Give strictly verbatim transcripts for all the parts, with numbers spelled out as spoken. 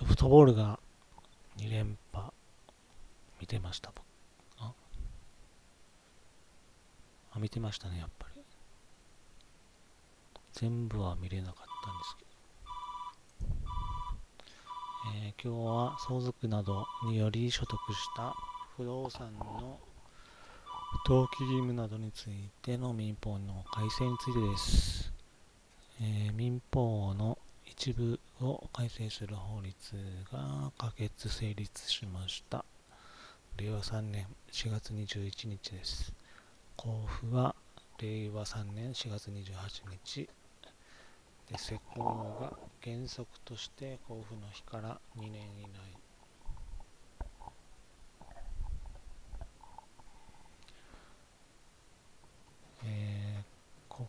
ソフトボールがに連覇見てました。僕ああ見てましたね。やっぱり全部は見れなかったんですけど、えー今日は相続などにより所得した不動産の登記義務などについての民法の改正についてです。えー民法の一部を改正する法律が可決成立しました。れいわさんねんしがつにじゅういちにちです。交付はれいわさんねんしがつにじゅうはちにちで、施行が原則として交付の日からにねん以内。えー国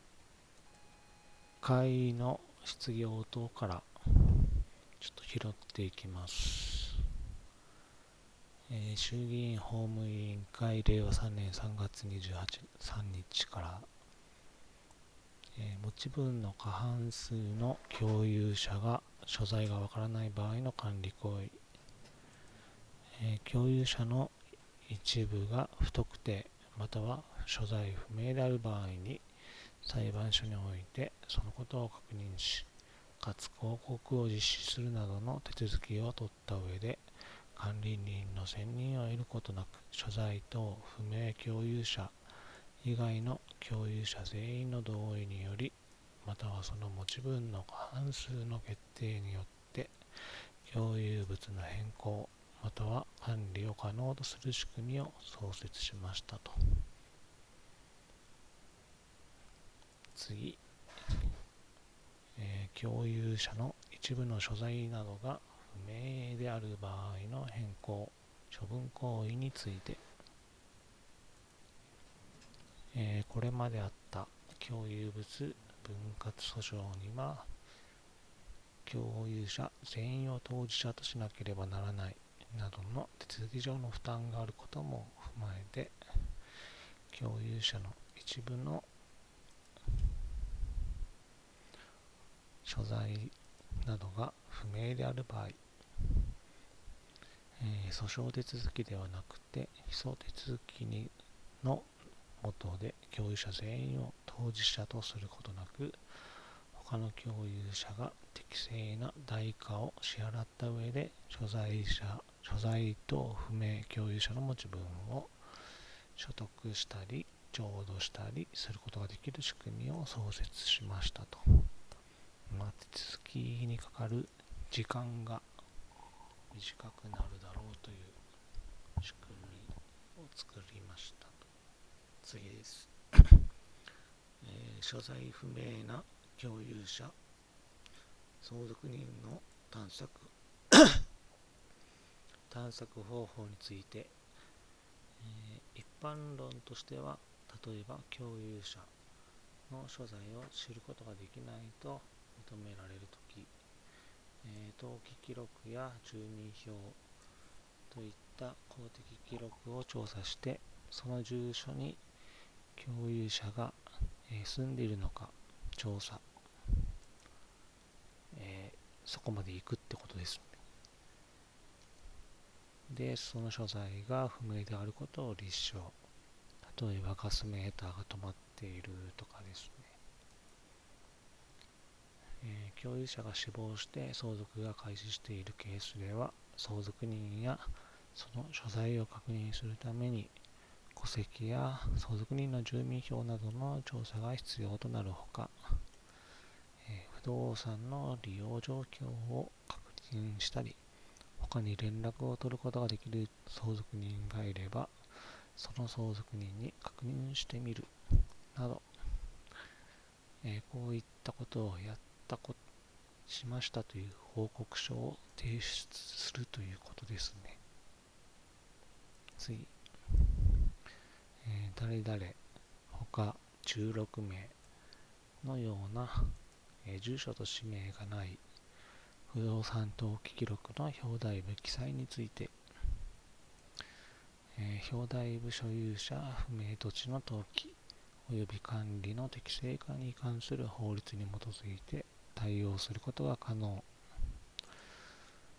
会の質疑応答からちょっと拾っていきます。えー衆議院法務委員会れいわさんねんさんがつにじゅうはちにちから、えー持ち分の過半数の共有者が所在がわからない場合の管理行為、えー共有者の一部が不特定または所在不明である場合に裁判所においてそのことを確認し、かつ広告を実施するなどの手続きを取った上で、管理人の選任を得ることなく所在等不明共有者以外の共有者全員の同意により、またはその持ち分の過半数の決定によって共有物の変更または管理を可能とする仕組みを創設しましたと。次、えー共有者の一部の所在などが不明である場合の変更処分行為について、えーこれまであった共有物分割訴訟には共有者全員を当事者としなければならないなどの手続き上の負担があることも踏まえて、共有者の一部の所在などが不明である場合、えー訴訟手続きではなくて起訴手続きにの下で共有者全員を当事者とすることなく、他の共有者が適正な代価を支払った上で所在者所在等不明共有者の持ち分を所得したり譲渡したりすることができる仕組みを創設しましたと。まあ、手続きにかかる時間が短くなるだろうという仕組みを作りましたと。次です。えー所在不明な共有者相続人の探索探索方法について、えー一般論としては、例えば共有者の所在を知ることができないと認められるとき、えー登記記録や住民票といった公的記録を調査して、その住所に共有者が、えー住んでいるのか調査、えーそこまで行くってことですので、でその所在が不明であることを立証。例えばガスメーターが止まっているとかですね、えー共有者が死亡して相続が開始しているケースでは、相続人やその所在を確認するために戸籍や相続人の住民票などの調査が必要となるほか、えー不動産の利用状況を確認したり、他に連絡を取ることができる相続人がいれば、その相続人に確認してみるなど、えーこういったことをやったことしましたという報告書を提出するということですね。次、えー誰々他じゅうろくめいのような、えー住所と氏名がない不動産登記記録の表題部記載について、えー表題部所有者不明土地の登記及び管理の適正化に関する法律に基づいて対応することが可能。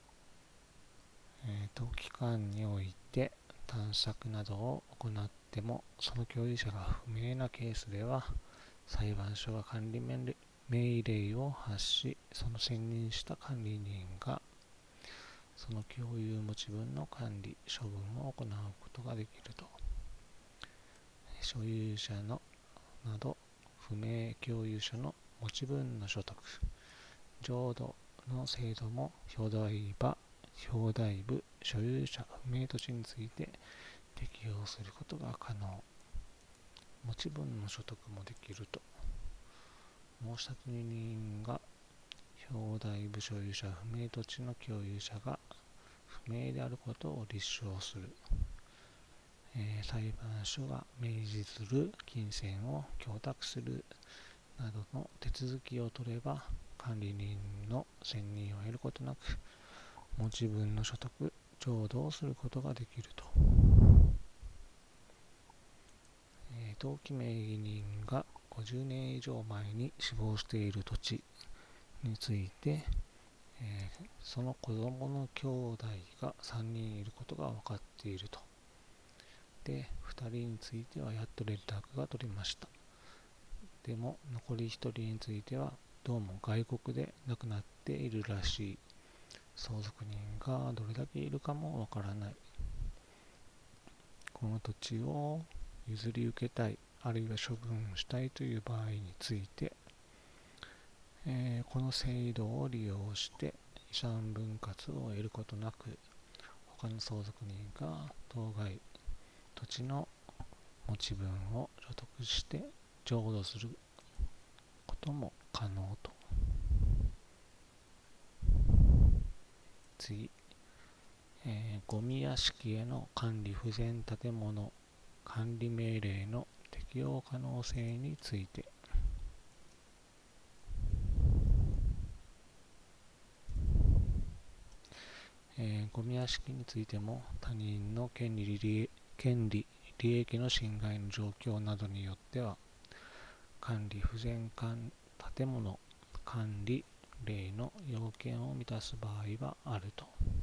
えー、当期間において探索などを行ってもその共有者が不明なケースでは、裁判所が管理命令を発し、その選任した管理人がその共有持ち分の管理・処分を行うことができると。所有者のなど不明共有者の持ち分の所得、浄土の制度も表題場、表題部、所有者不明土地について適用することが可能。持ち分の所得もできると。申立人が表題部所有者不明土地の共有者が不明であることを立証する。えー、裁判所が命じする金銭を供託するなどの手続きを取れば、管理人の選任を得ることなく持ち分の所得・浄土をすることができると。えー、登記名義人がごじゅうねん以上前に死亡している土地について、えー、その子供の兄弟がさんにんいることが分かっていると。で、ふたりについてはやっと連絡が取れました。でも残りひとりについてはどうも外国で亡くなっているらしい。相続人がどれだけいるかもわからない。この土地を譲り受けたい、あるいは処分したいという場合について、えー、この制度を利用して遺産分割を得ることなく、他の相続人が当該土地の持ち分を所得して浄土することも可能と。次、えー、ゴミ屋敷への管理不全建物管理命令の適用可能性について。えー、ゴミ屋敷についても他人の権利利権利利益の侵害の状況などによっては、管理不全建物管理令の要件を満たす場合はあると。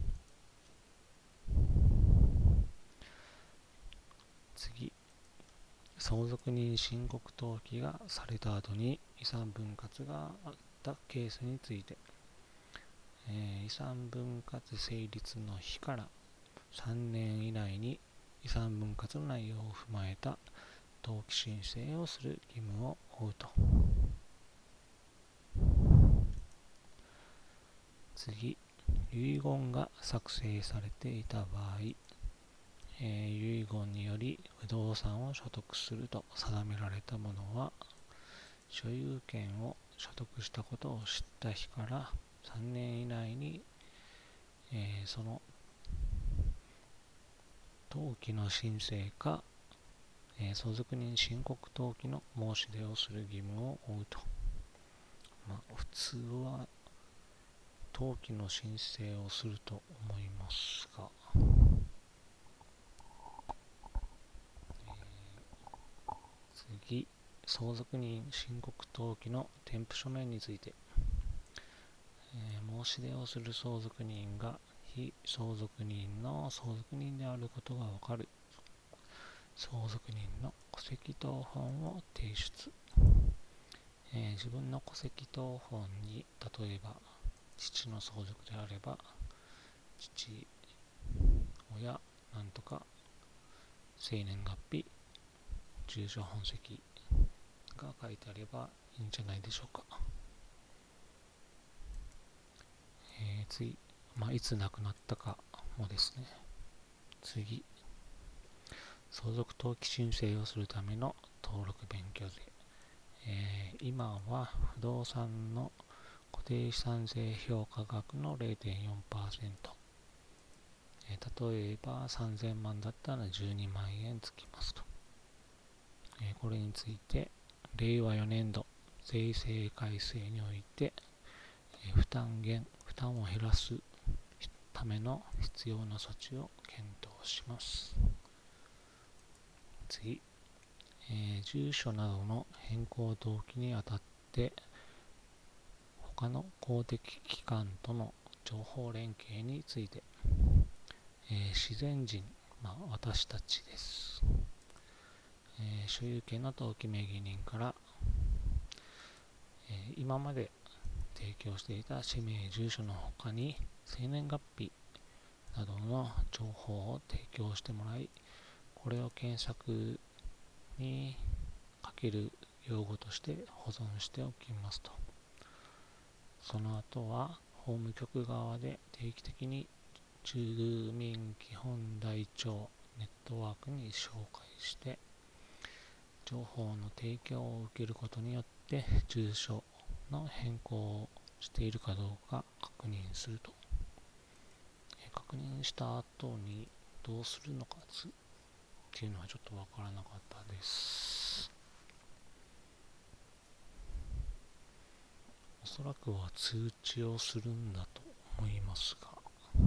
次、相続人申告登記がされた後に遺産分割があったケースについて、えー、遺産分割成立の日からさんねん以内に遺産分割の内容を踏まえた登記申請をする義務を負うと。次、遺言が作成されていた場合、えー、遺言により不動産を所得すると定められた者は、所有権を所得したことを知った日からさんねん以内に、えー、その登記の申請か、えー、相続人申告登記の申し出をする義務を負うと。まあ、普通は登記の申請をすると思いますが、えー、次、相続人申告登記の添付書面について、えー、申し出をする相続人が非相続人の相続人であることがわかる相続人の戸籍謄本を提出。えー、自分の戸籍謄本に、例えば父の相続であれば父親なんとか生年月日住所本籍が書いてあればいいんじゃないでしょうか。えー、次、まあ、いつ亡くなったかもですね。次、相続登記申請をするための登録免許税。えー、今は不動産の固定資産税評価額の れいてんよんパーセント、えー、例えばさんぜんまんだったらじゅうにまんえんつきますと。えー、これについてれいわよねんど税制改正において、えー、負担減負担を減らすための必要な措置を検討します。次、えー、住所などの変更登記にあたって他の公的機関との情報連携について、 えー自然人、まあ、私たちです。えー所有権の登記名義人から、えー今まで提供していた氏名、住所の他に生年月日などの情報を提供してもらい、これを検索にかける用語として保存しておきますと。その後は法務局側で定期的に住民基本台帳ネットワークに紹介して情報の提供を受けることによって住所の変更をしているかどうか確認すると。確認した後にどうするのかっていうのはちょっとわからなかったです。おそらくは通知をするんだと思いますが、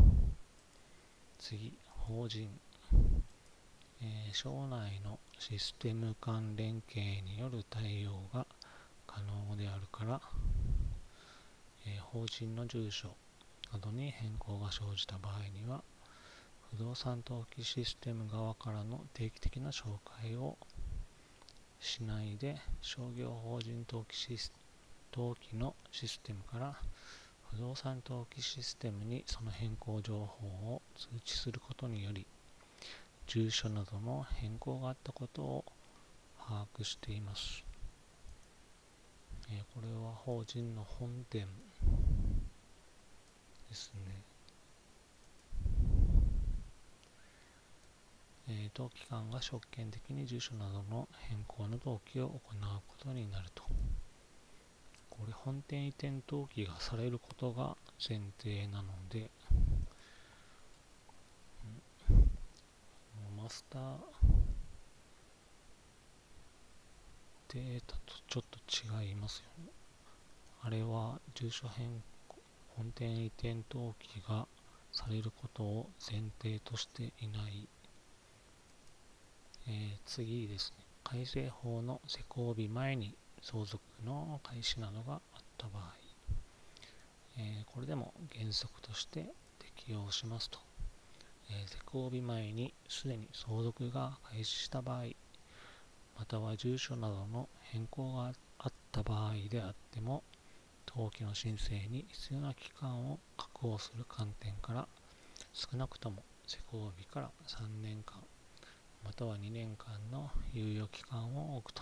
次、法人、えー、省内のシステム間連携による対応が可能であるから、えー、法人の住所などに変更が生じた場合には、不動産登記システム側からの定期的な紹介をしないで、商業法人登記シス登記のシステムから不動産登記システムにその変更情報を通知することにより、住所などの変更があったことを把握しています。えー、これは法人の本店ですね。えー、登記官が職権的に住所などの変更の登記を行うことになると。これ本店移転登記がされることが前提なので、うん、マスターデータとちょっと違いますよね。あれは住所変更、本店移転登記がされることを前提としていない。えー、次ですね。改正法の施行日前に相続の開始などがあった場合、えー、これでも原則として適用しますと。えー、施行日前にすでに相続が開始した場合、または住所などの変更があった場合であっても、登記の申請に必要な期間を確保する観点から、少なくとも施行日からさんねんかん、またはにねんかんの猶予期間を置くと。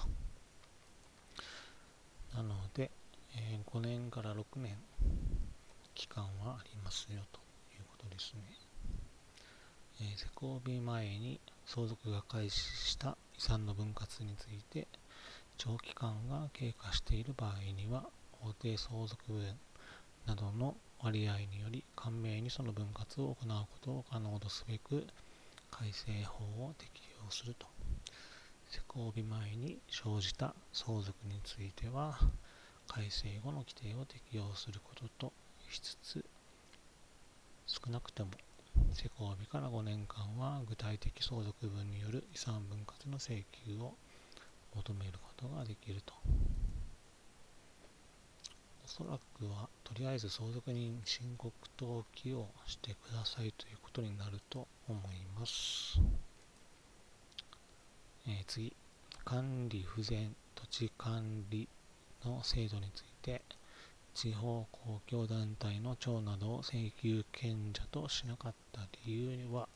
なので、えー、ごねんからろくねん期間はありますよということですね。えー、施行日前に相続が開始した遺産の分割について長期間が経過している場合には、法定相続分などの割合により簡明にその分割を行うことを可能とすべく改正法を適用すると。施行日前に生じた相続については改正後の規定を適用することとしつつ、少なくとも施行日からごねんかんは具体的相続分による遺産分割の請求を求めることができると。おそらくはとりあえず相続人申告登記をしてくださいということになると思います。えー、次、管理不全土地管理の制度について、地方公共団体の長などを請求権者としなかった理由は、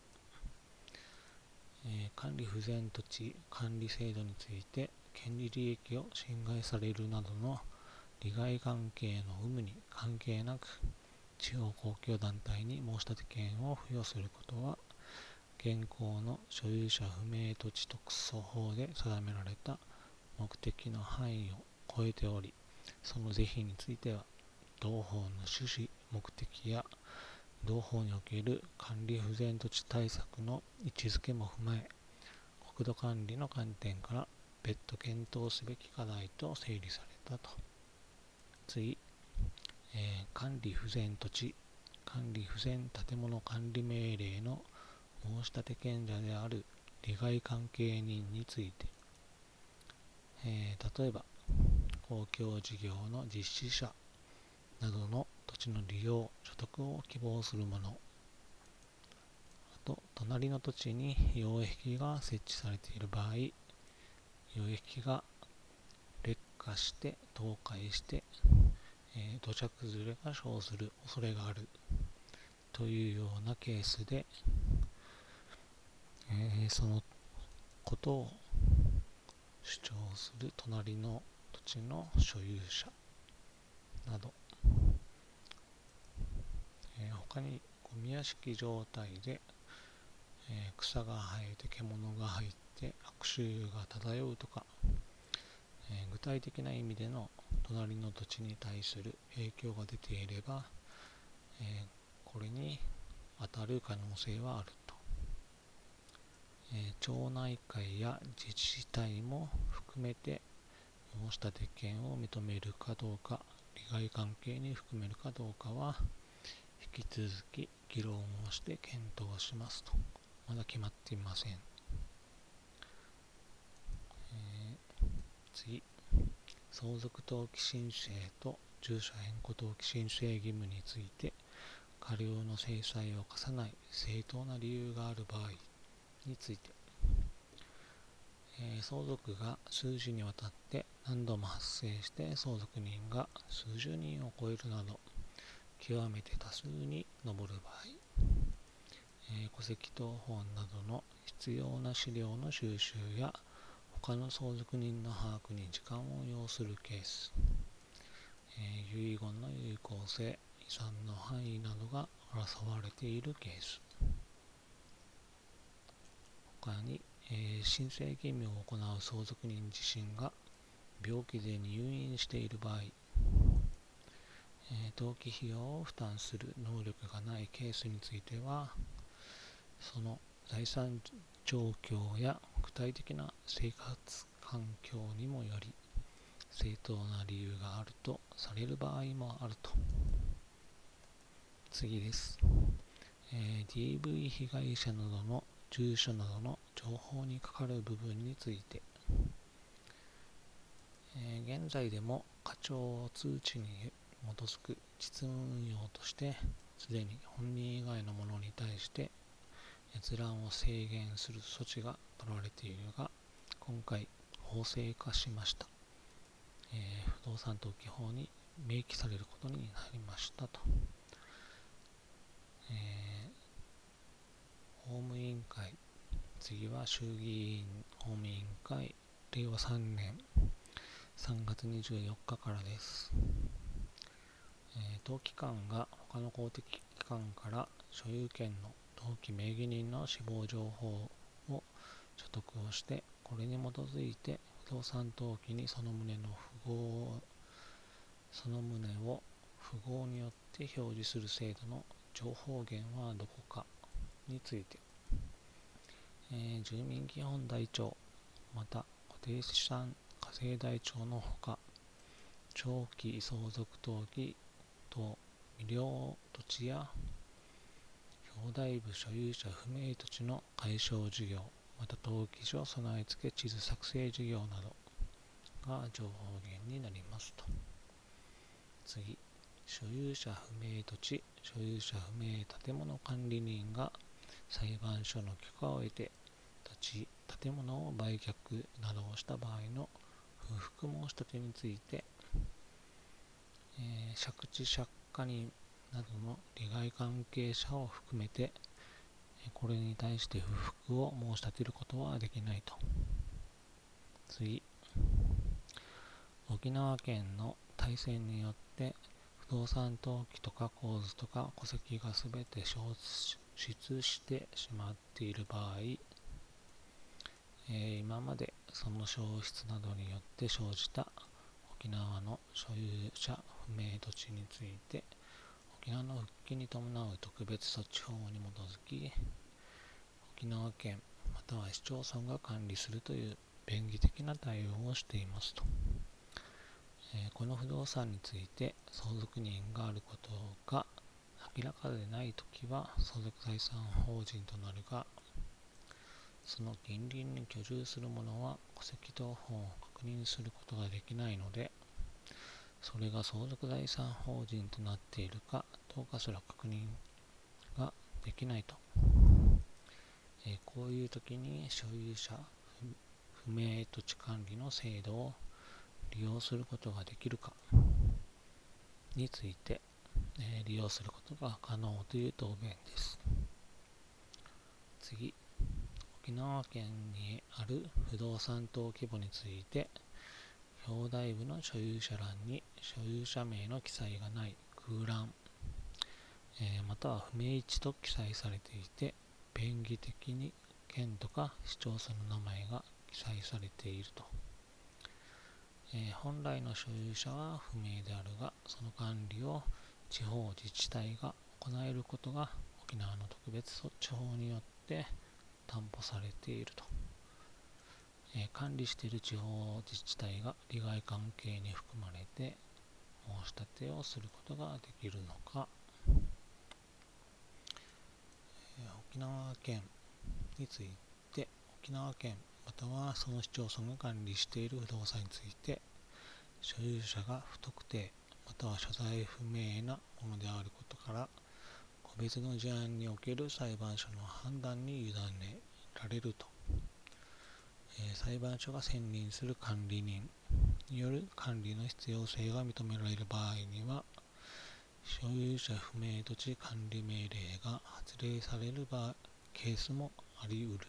えー、管理不全土地管理制度について権利利益を侵害されるなどの利害関係の有無に関係なく、地方公共団体に申し立て権を付与することは、現行の所有者不明土地特措法で定められた目的の範囲を超えており、その是非については、同法の趣旨、目的や同法における管理不全土地対策の位置づけも踏まえ、国土管理の観点から別途検討すべき課題と整理されたと。次、えー、管理不全土地、管理不全建物管理命令の申立権者である利害関係人について、えー、例えば公共事業の実施者などの土地の利用、所得を希望する者、あと隣の土地に擁壁が設置されている場合、擁壁が劣化して倒壊して、えー、土砂崩れが生ずる恐れがあるというようなケースで、えー、そのことを主張する隣の土地の所有者など、えー、他にゴミ屋敷状態で、えー、草が生えて獣が入って悪臭が漂うとか、えー、具体的な意味での隣の土地に対する影響が出ていれば、えー、これに当たる可能性はあると、えー、町内会や自治体も含めて申立権を認めるかどうか、利害関係に含めるかどうかは引き続き議論をして検討しますと。まだ決まっていません。えー、次、相続登記申請と住所変更登記申請義務について過料の制裁を課さない正当な理由がある場合について、えー、相続が数字にわたって何度も発生して相続人が数十人を超えるなど極めて多数に上る場合、えー、戸籍謄本などの必要な資料の収集や他の相続人の把握に時間を要するケース、えー、遺言の有効性、遺産の範囲などが争われているケース、他に、えー、申請義務を行う相続人自身が病気で入院している場合、えー、登記費用を負担する能力がないケースについては、その財産状況や具体的な生活環境にもより正当な理由があるとされる場合もあると。次です。えー、ディーブイ 被害者などの住所などの情報にかかる部分について、えー、現在でも課長通知に基づく実務運用としてすでに本人以外の者に対して閲覧を制限する措置が取られているが、今回法制化しました。えー、不動産登記法に明記されることになりましたと。えー、法務委員会、次は衆議院法務委員会、れいわさんねんさんがつにじゅうよっかからです。えー、登記官が他の公的機関から所有権の登記名義人の死亡情報を所得をして、これに基づいて不動産登記にその旨の符号その旨を符号によって表示する制度の情報源はどこかについて、えー、住民基本台帳、また固定資産課税台帳のほか、長期相続登記等未了土地や表題部所有者不明土地の解消事業、また登記所備え付け地図作成事業などが情報源になりますと。次、所有者不明土地、所有者不明建物管理人が裁判所の許可を得て土地、建物を売却などをした場合の不服申し立てについて、えー、借地借家人などの利害関係者を含めて、これに対して不服を申し立てることはできないと。次、沖縄県の大戦によって不動産登記とか構図とか戸籍がすべて消失してしまっている場合、えー、今までその消失などによって生じた沖縄の所有者不明土地について、沖縄の復帰に伴う特別措置法に基づき、沖縄県または市町村が管理するという便宜的な対応をしていますと。えー、この不動産について相続人があることが明らかでないときは相続財産法人となるが、その近隣に居住する者は戸籍謄本を確認することができないので、それが相続財産法人となっているかどうかすら確認ができないと。 えーこういう時に所有者不明土地管理の制度を利用することができるかについて、えー利用することが可能という答弁です。次、沖縄県にある不動産登記簿について、表題部の所有者欄に所有者名の記載がない空欄、えーまたは不明一と記載されていて、便宜的に県とか市町村の名前が記載されていると。えー本来の所有者は不明であるが、その管理を地方自治体が行えることが沖縄の特別措置法によって担保されていると。えー管理している地方自治体が利害関係に含まれて申し立てをすることができるのか、えー沖縄県について、沖縄県またはその市町村が管理している不動産について、所有者が不特定または所在不明なものであることから、個別の事案における裁判所の判断に委ねられると。えー裁判所が選任する管理人による管理の必要性が認められる場合には、所有者不明土地管理命令が発令される場合ケースもあり得る。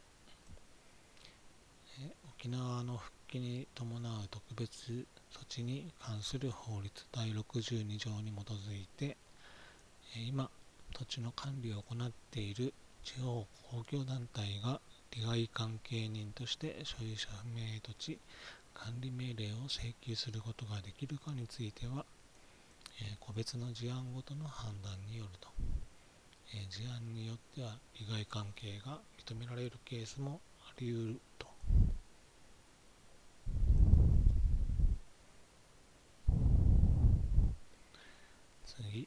え沖縄の復帰に伴う特別措置に関する法律だいろくじゅうに条に基づいて、え今土地の管理を行っている地方公共団体が利害関係人として所有者不明土地管理命令を請求することができるかについては、えー個別の事案ごとの判断によると。えー事案によっては利害関係が認められるケースもあり得ると。次、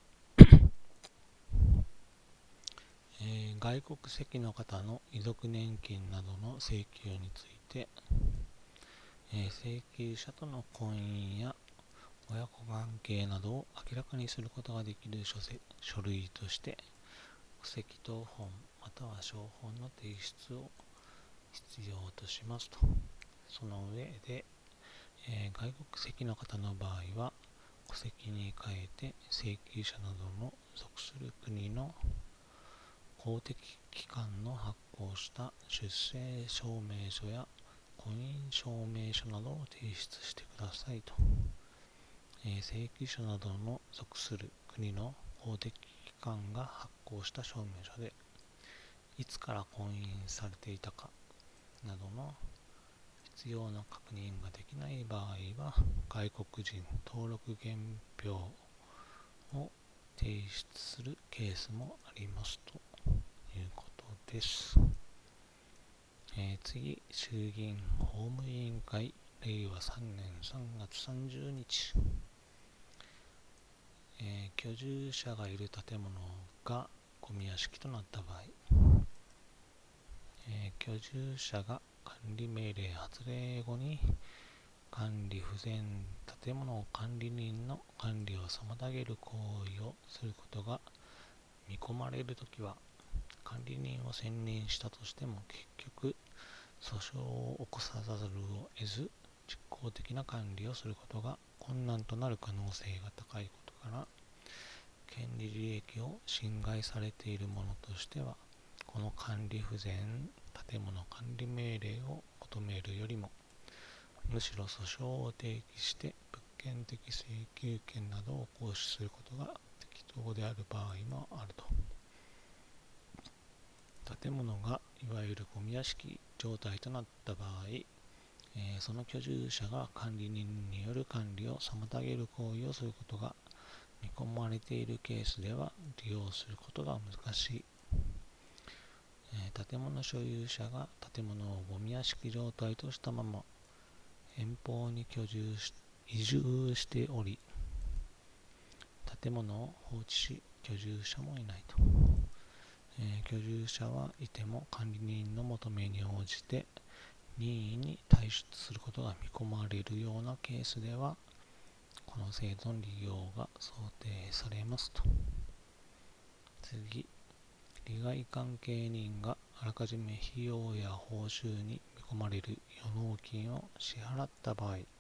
えー外国籍の方の遺族年金などの請求について、えー請求者との婚姻や親子関係などを明らかにすることができる書せ書類として戸籍謄本または証本の提出を必要としますと。その上で、えー外国籍の方の場合は戸籍に変えて請求者などの属する国の公的機関の発行した出生証明書や婚姻証明書などを提出してくださいと。えー請求者などの属する国の公的機関が発行した証明書で、いつから婚姻されていたかなどの必要な確認ができない場合は、外国人登録原票を提出するケースもありますということです。えー次、衆議院法務委員会れいわさんねんさんがつさんじゅうにち、えー居住者がいる建物がゴミ屋敷となった場合、えー居住者が管理命令発令後に管理不全建物管理人の管理を妨げる行為をすることが見込まれるときは、管理人を選任したとしても結局訴訟を起こさざるを得ず、実効的な管理をすることが困難となる可能性が高いことから、権利利益を侵害されているものとしては、この管理不全建物管理命令を求めるよりも、むしろ訴訟を提起して物件的請求権などを行使することが適当である場合もあると。建物がいわゆるゴミ屋敷状態となった場合、えーその居住者が管理人による管理を妨げる行為をすることが見込まれているケースでは利用することが難しい。えー建物所有者が建物をゴミ屋敷状態としたまま遠方に居住し移住しており、建物を放置し居住者もいないと。えー居住者はいても管理人の求めに応じて任意に退出することが見込まれるようなケースでは、この制度の利用が想定されますと。次、利害関係人があらかじめ費用や報酬に見込まれる予納金を支払った場合、え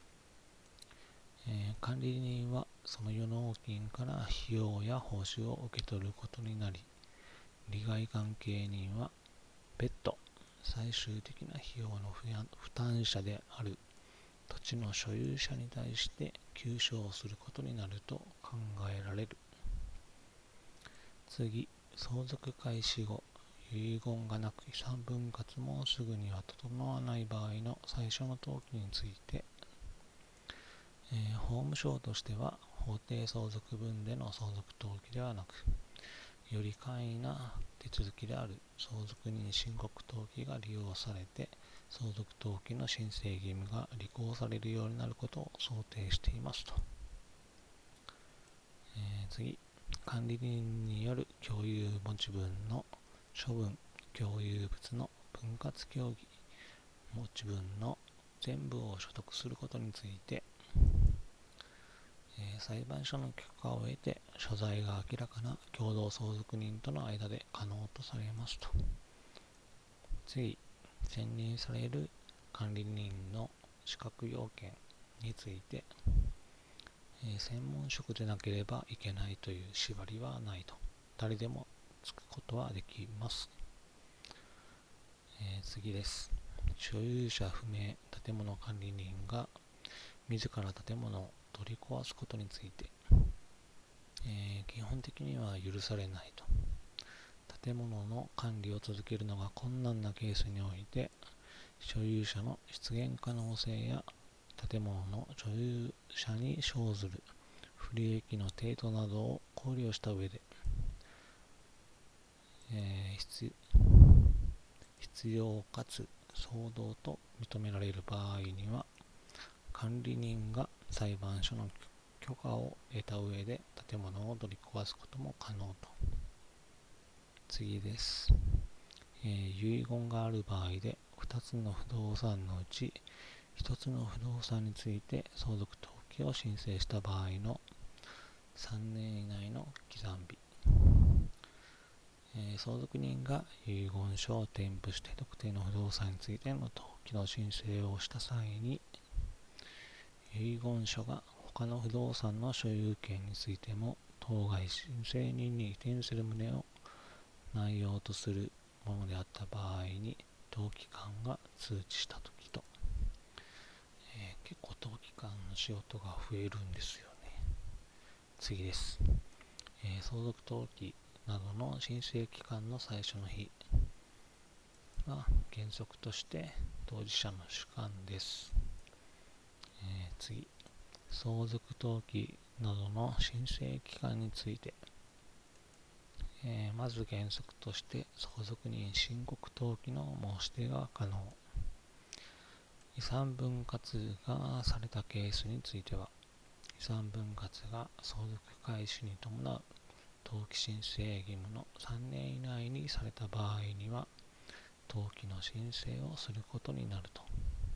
ー、管理人はその予納金から費用や報酬を受け取ることになり、利害関係人は別途最終的な費用の負担者である土地の所有者に対して求償することになると考えられる。次、相続開始後、遺言がなく遺産分割もすぐには整わない場合の最初の登記について、えー、法務省としては法定相続分での相続登記ではなく、より簡易な手続きである相続人申告登記が利用されて、相続登記の申請義務が履行されるようになることを想定していますと。えー、次、管理人による共有持ち分の処分、共有物の分割協議、持ち分の全部を所得することについて、えー、裁判所の許可を得て所在が明らかな共同相続人との間で可能とされますと。次、選任される管理人の資格要件について、えー、専門職でなければいけないという縛りはないと。誰でもつくことはできます。えー、次です。所有者不明建物管理人が自ら建物を取り壊すことについて、えー、基本的には許されないと。建物の管理を続けるのが困難なケースにおいて、所有者の出現可能性や建物の所有者に生ずる不利益の程度などを考慮した上で、えー、必, 必要かつ相当と認められる場合には、管理人が裁判所の許可を得た上で建物を取り壊すことも可能と。次です。えー、遺言がある場合でふたつの不動産のうちひとつの不動産について相続登記を申請した場合のさんねん以内の起算日、えー、相続人が遺言書を添付して特定の不動産についての登記の申請をした際に、遺言書が他の不動産の所有権についても当該申請人に移転する旨を内容とするものであった場合に登記官が通知したときと、えー、結構登記官の仕事が増えるんですよね。次です。えー、相続登記などの申請期間の最初の日は原則として当事者の主観です。えー、次、相続登記などの申請期間について、えー、まず原則として相続人申告登記の申し出が可能。遺産分割がされたケースについては、遺産分割が相続開始に伴う登記申請義務のさんねん以内にされた場合には、登記の申請をすることになると。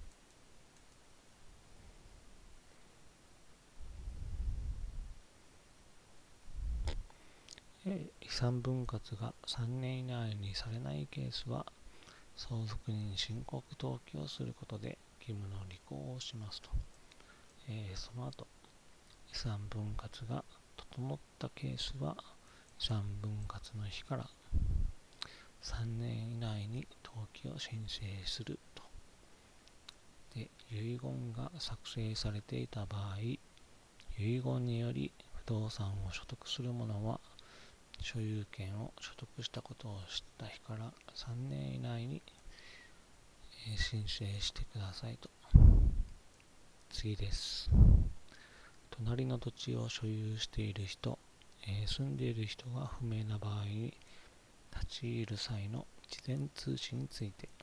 遺産分割がさんねん以内にされないケースは、相続人申告登記をすることで義務の履行をしますと。えー、その後、遺産分割が整ったケースは、遺産分割の日からさんねん以内に登記を申請すると。で、遺言が作成されていた場合、遺言により不動産を所得する者は、所有権を所得したことを知った日からさんねん以内に申請してくださいと。次です。隣の土地を所有している人、えー、住んでいる人が不明な場合に立ち入る際の事前通知について、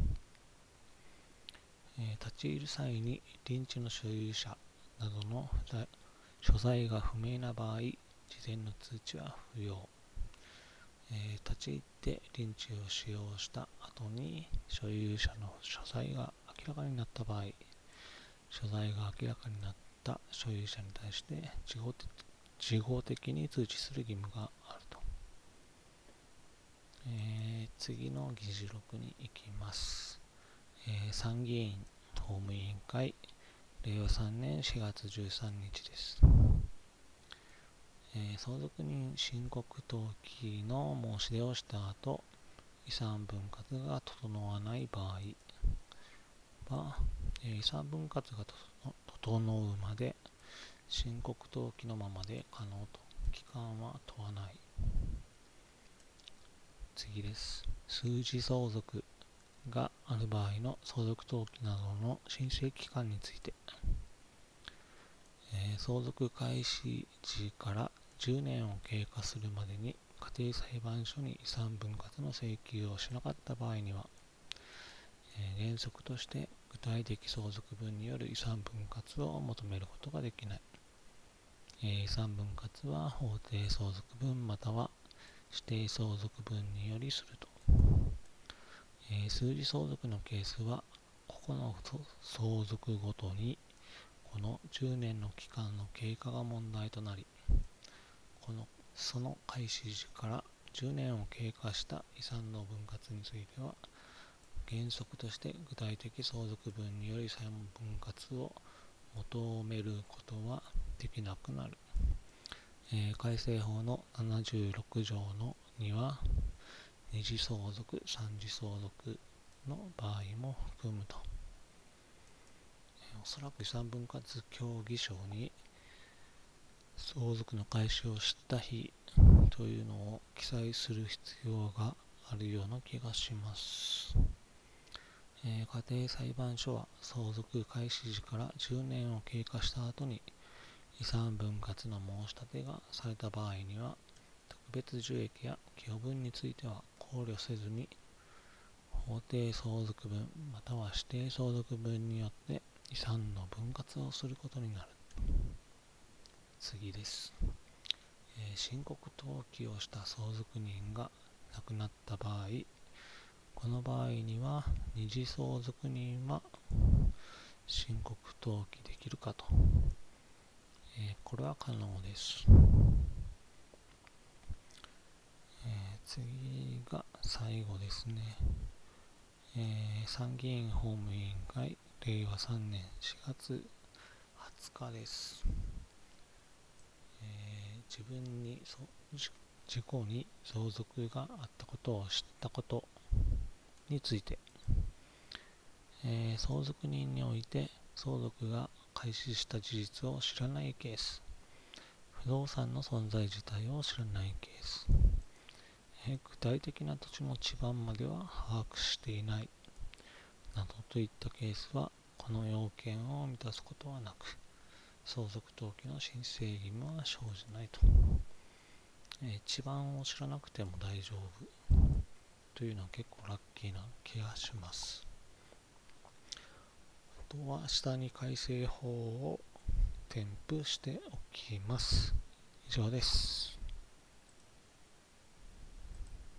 えー、立ち入る際に隣地の所有者などの所在が不明な場合、事前の通知は不要。えー、立ち入って隣地を使用した後に所有者の所在が明らかになった場合、所在が明らかになった所有者に対して事後的事後的に通知する義務があると。 えー、次の議事録に行きます。えー、参議院法務委員会れいわさんねんしがつじゅうさんにちです。えー、相続人申告登記の申し出をした後、遺産分割が整わない場合は、えー、遺産分割が整うまで申告登記のままで可能と、期間は問わない。次です。数字相続がある場合の相続登記などの申請期間について、えー、相続開始時からじゅうねんを経過するまでに家庭裁判所に遺産分割の請求をしなかった場合には、えー、原則として具体的相続分による遺産分割を求めることができない。えー、遺産分割は法定相続分または指定相続分によりすると。えー、数字相続のケースは個々の相続ごとにこのじゅうねんの期間の経過が問題となり、このその開始時からじゅうねんを経過した遺産の分割については、原則として具体的相続分による遺産分割を求めることはできなくなる。えー、改正法のななじゅうろくじょうのには、二次相続、三次相続の場合も含むと。えー、おそらく遺産分割協議書に相続の開始を知った日というのを記載する必要があるような気がします。えー、家庭裁判所は相続開始時からじゅうねんを経過した後に遺産分割の申し立てがされた場合には、特別受益や寄与分については考慮せずに、法定相続分または指定相続分によって遺産の分割をすることになる。次です。えー、申告登記をした相続人が亡くなった場合、この場合には二次相続人は申告登記できるかと。えー、これは可能です。えー、次が最後ですね。えー、参議院法務委員会れいわさんねんしがつはつかです。えー、自分にそ事故に相続があったことを知ったことについて、えー、相続人において相続が開始した事実を知らないケース、不動産の存在自体を知らないケース、えー、具体的な土地の地盤までは把握していないなどといったケースは、この要件を満たすことはなく、相続登記の申請義務は生じないと。えー、地盤を知らなくても大丈夫というのは結構ラッキーな気がします。あとは下に改正法を添付しておきます。以上です。